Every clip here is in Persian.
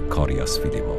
کاریاسفیلیمو.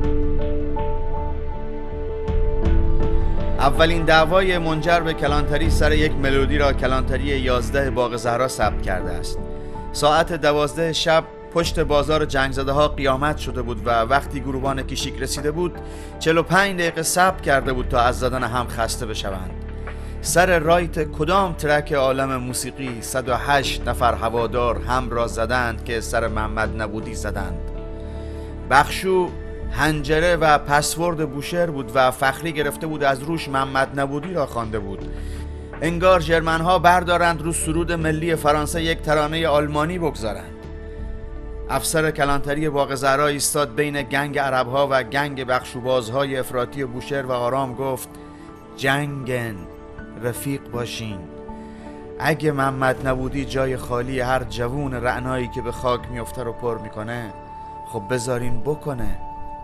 اولین دعوای منجر به کلانتری سر یک ملودی را کلانتری 11 باغ زهرا ثبت کرده است. ساعت 12 شب پشت بازار جنگ زده ها قیامت شده بود و وقتی گروبان کیشیک رسیده بود 45 دقیقه صبر کرده بود تا از زدن هم خسته بشوند. سر رایت کدام ترک عالم موسیقی 108 نفر هوادار هم را زدند که سر محمد نبودی زدند. بخشو هنجره و پسورد بوشهر بود و فخری گرفته بود از روش محمد نبودی را خوانده بود. انگار ژرمن ها بردارند رو سرود ملی فرانسه یک ترانه آلمانی بگذارند. افسر کلانتری باغ زهرا ایستاد بین گنگ عرب ها و گنگ بخشوبازهای افراطی بوشهر و آرام گفت: جنگن، رفیق باشین. اگه محمد نبودی جای خالی هر جوون رعنایی که به خاک میفته رو پر میکنه، خب بذارین بکنه.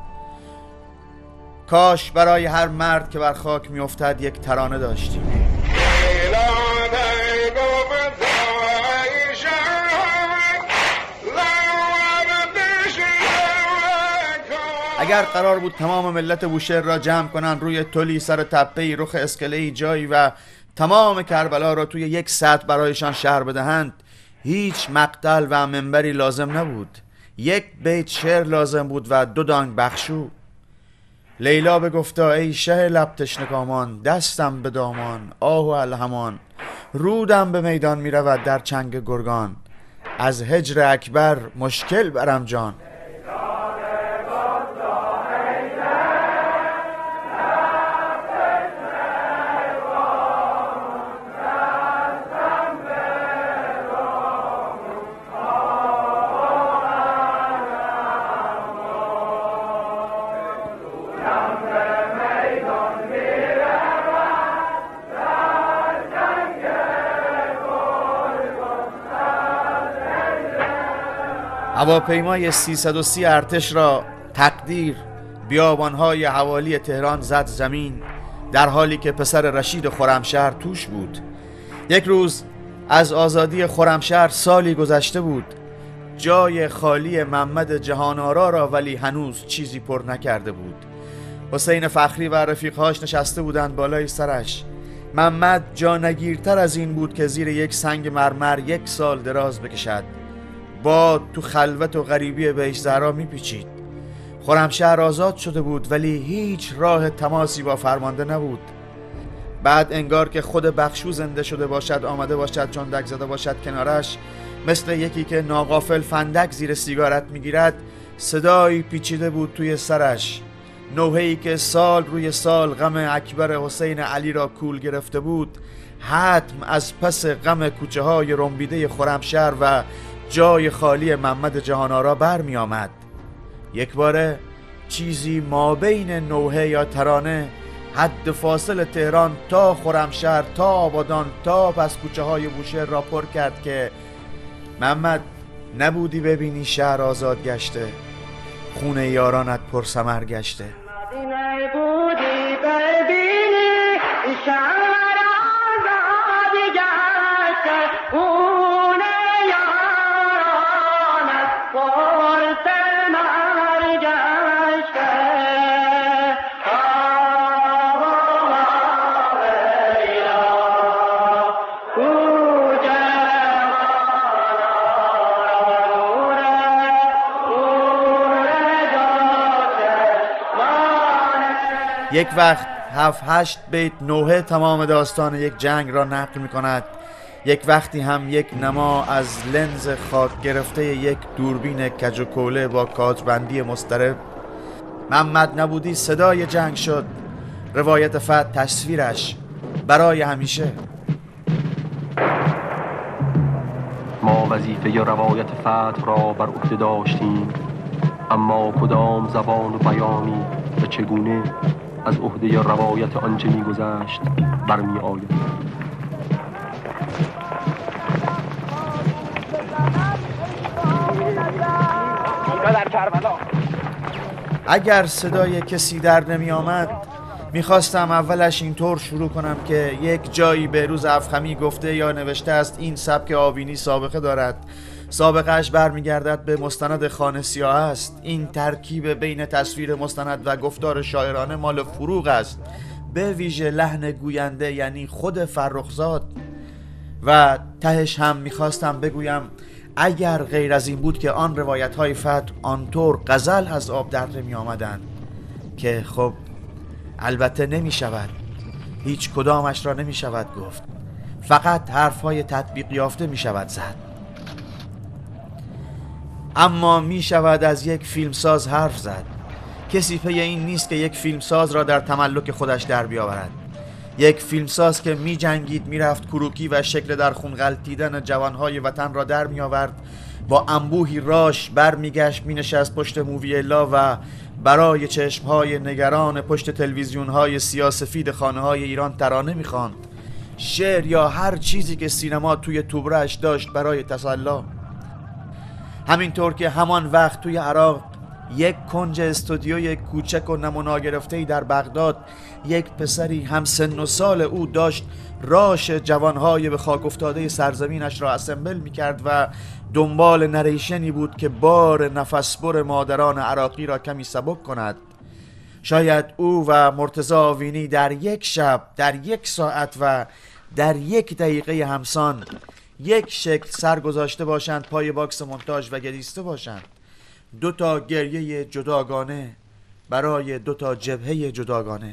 کاش برای هر مرد که بر خاک میافتد یک ترانه داشتیم. اگر قرار بود تمام ملت بوشهر را جمع کنن روی تلی سر تپه‌ای رخ اسکله‌ای جایی و تمام کربلا را توی یک ساعت برایشان شهر بدهند، هیچ مقتل و منبری لازم نبود. یک بیت شعر لازم بود و 2 دانگ بخشو. لیلا بگفتا ای شه لب تشنه کامان، دستم به دامان آه و الهمان، رودم به میدان می رود در چنگ گرگان، از هجر اکبر مشکل برم جان. هواپیمای 330 ارتش را تقدیر بیابانهای حوالی تهران زد زمین، در حالی که پسر رشید خرمشهر توش بود. یک روز از آزادی خرمشهر سالی گذشته بود. جای خالی محمد جهان‌آرا را ولی هنوز چیزی پر نکرده بود. حسین فخری و رفیقهاش نشسته بودند بالای سرش. محمد جانگیرتر از این بود که زیر یک سنگ مرمر 1 سال دراز بکشد. باد تو خلوت و غریبی بهش زهرا میپیچید. خرمشهر آزاد شده بود ولی هیچ راه تماسی با فرمانده نبود. بعد انگار که خود بخشو زنده شده باشد، آمده باشد چندک زده باشد کنارش، مثل یکی که ناغافل فندک زیر سیگارت میگیرد، صدایی پیچیده بود توی سرش. نوحه‌ای که سال روی سال غم اکبر حسین علی را کول گرفته بود، حتم از پس غم کوچه های رنبیده خرمشهر و جای خالی محمد جهان‌آرا برمی آمد. یک باره چیزی ما بین نوحه یا ترانه، حد فاصل تهران تا خرمشهر تا آبادان تا پس کوچه های بوشهر را پر کرد که محمد نبودی ببینی شهر آزاد گشته، خونه یارانت پر ثمر گشته. نبودی ببینی شهر آزاد گشته، خونه یارانت پر ثمر گشته. یک وقت 7-8 بیت نوحه تمام داستان یک جنگ را نقل می کند. یک وقتی هم یک نما از لنز خاک گرفته یک دوربین کج و کوله با کادربندی مضطرب. محمد نبودی صدای جنگ شد، روایت فتح تصویرش برای همیشه. ما وظیفه روایت فتح را بر عهده داشتیم، اما کدام زبان و بیانی و چگونه از عهده روایت آنچه می‌گذشت برمی آید. اگر صدای کسی در نمی آمد، میخواستم اولش اینطور شروع کنم که یک جایی بهروز افخمی گفته یا نوشته است این سبک آوینی سابقه دارد، سابقهش برمیگردد به مستند خانه سیاه است. این ترکیب بین تصویر مستند و گفتار شاعرانه مال فروغ است، به ویژه لحن گوینده یعنی خود فرخزاد. و تهش هم میخواستم بگویم اگر غیر از این بود که آن روایت های فتح آنطور غزل از آب در می آمدن که خب البته نمی شود، هیچ کدامش را نمی شود گفت، فقط حرف های تطبیق یافته می شود زد. اما می شود از یک فیلمساز حرف زد. کسی پی این نیست که یک فیلمساز را در تملک خودش در بیاورد. یک فیلمساز که می جنگید، می رفت کروکی و شکل در خون غلتیدن جوانهای وطن را در می آورد، با انبوهی راش بر می گشت، می نشست پشت موویلا و برای چشمهای نگران پشت تلویزیونهای سیاه‌سفید خانه های ایران ترانه می خواند، شعر یا هر چیزی که سینما توی توبرش داشت برای تسلا. همینطور که همان وقت توی عراق یک کنج استودیوی کوچک و نمونا گرفته‌ای در بغداد یک پسری هم سن و سال او داشت راش جوانهای به خاک افتاده سرزمینش را اسمبل می‌کرد و دنبال نریشنی بود که بار نفسبر مادران عراقی را کمی سبک کند. شاید او و مرتضی آوینی در یک شب، در یک ساعت و در یک دقیقه همسان یک شکل سر گذاشته باشند پای باکس مونتاژ و گریسته باشند. دو تا گریه جداگانه برای دو تا جبهه جداگانه.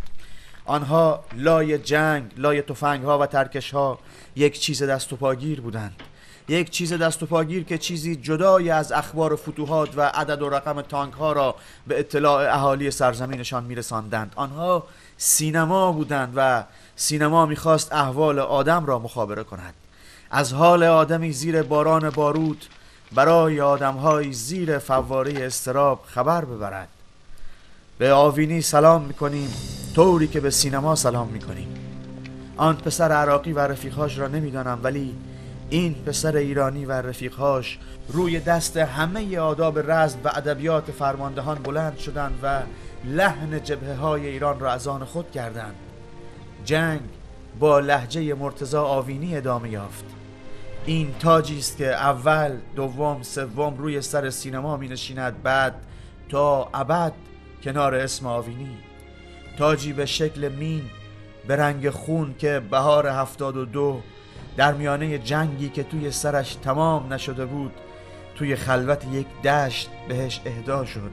آنها لای جنگ، لای تفنگ‌ها و ترکش‌ها یک چیز دست و پاگیر بودند. یک چیز دست و پاگیر که چیزی جدای از اخبار فتوحات و عدد و رقم تانک‌ها را به اطلاع اهالی سرزمینشان می‌رساندند. آنها سینما بودند و سینما می‌خواست احوال آدم را مخابره کند. از حال آدمی زیر باران بارود برای آدم‌های زیر فواره اضطراب خبر ببرد. به آوینی سلام می‌کنیم طوری که به سینما سلام می‌کنیم. آن پسر عراقی و رفیقهاش را نمی‌دانم، ولی این پسر ایرانی و رفیقهاش روی دست همه آداب رزم و ادبیات فرماندهان بلند شدند و لحن جبهه‌های ایران را از آن خود کردند. جنگ با لهجه مرتضی آوینی ادامه یافت. این تاجی است که اول، دوم، سوم روی سر سینما می نشیند، بعد تا ابد کنار اسم آوینی. تاجی به شکل مین به رنگ خون که بهار 72 در میانه جنگی که توی سرش تمام نشده بود توی خلوت یک دشت بهش اهدا شد.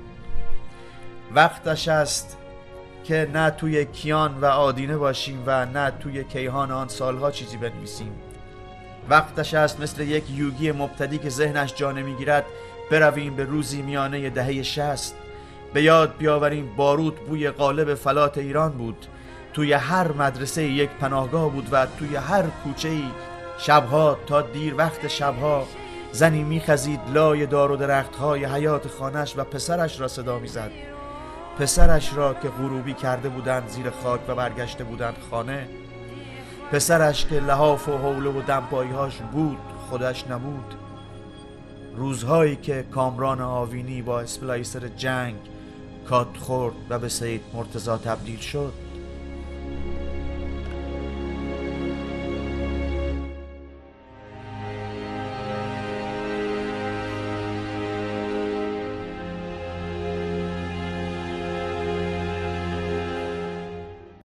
وقتش است که نه توی کیان و آدینه باشیم و نه توی کیهان آن سالها چیزی بنویسیم. وقتش است مثل یک یوگی مبتدی که ذهنش جا نمیگیرد برویم به روزی میانه دهه 60. به یاد بیاوریم بارود بوی قالب فلات ایران بود. توی هر مدرسه یک پناهگاه بود و توی هر کوچه‌ای شبها تا دیر وقت شبها زنی میخزید لای دار و درختهای حیات خانش و پسرش را صدا میزد. پسرش را که غروبی کرده بودند زیر خاک و برگشته بودند خانه. پسرش که لحاف و حوله و دمپایی‌هاش بود، خودش نبود. روزهایی که کامران آوینی با اسپلایسر جنگ کات خورد و به سید مرتضی تبدیل شد.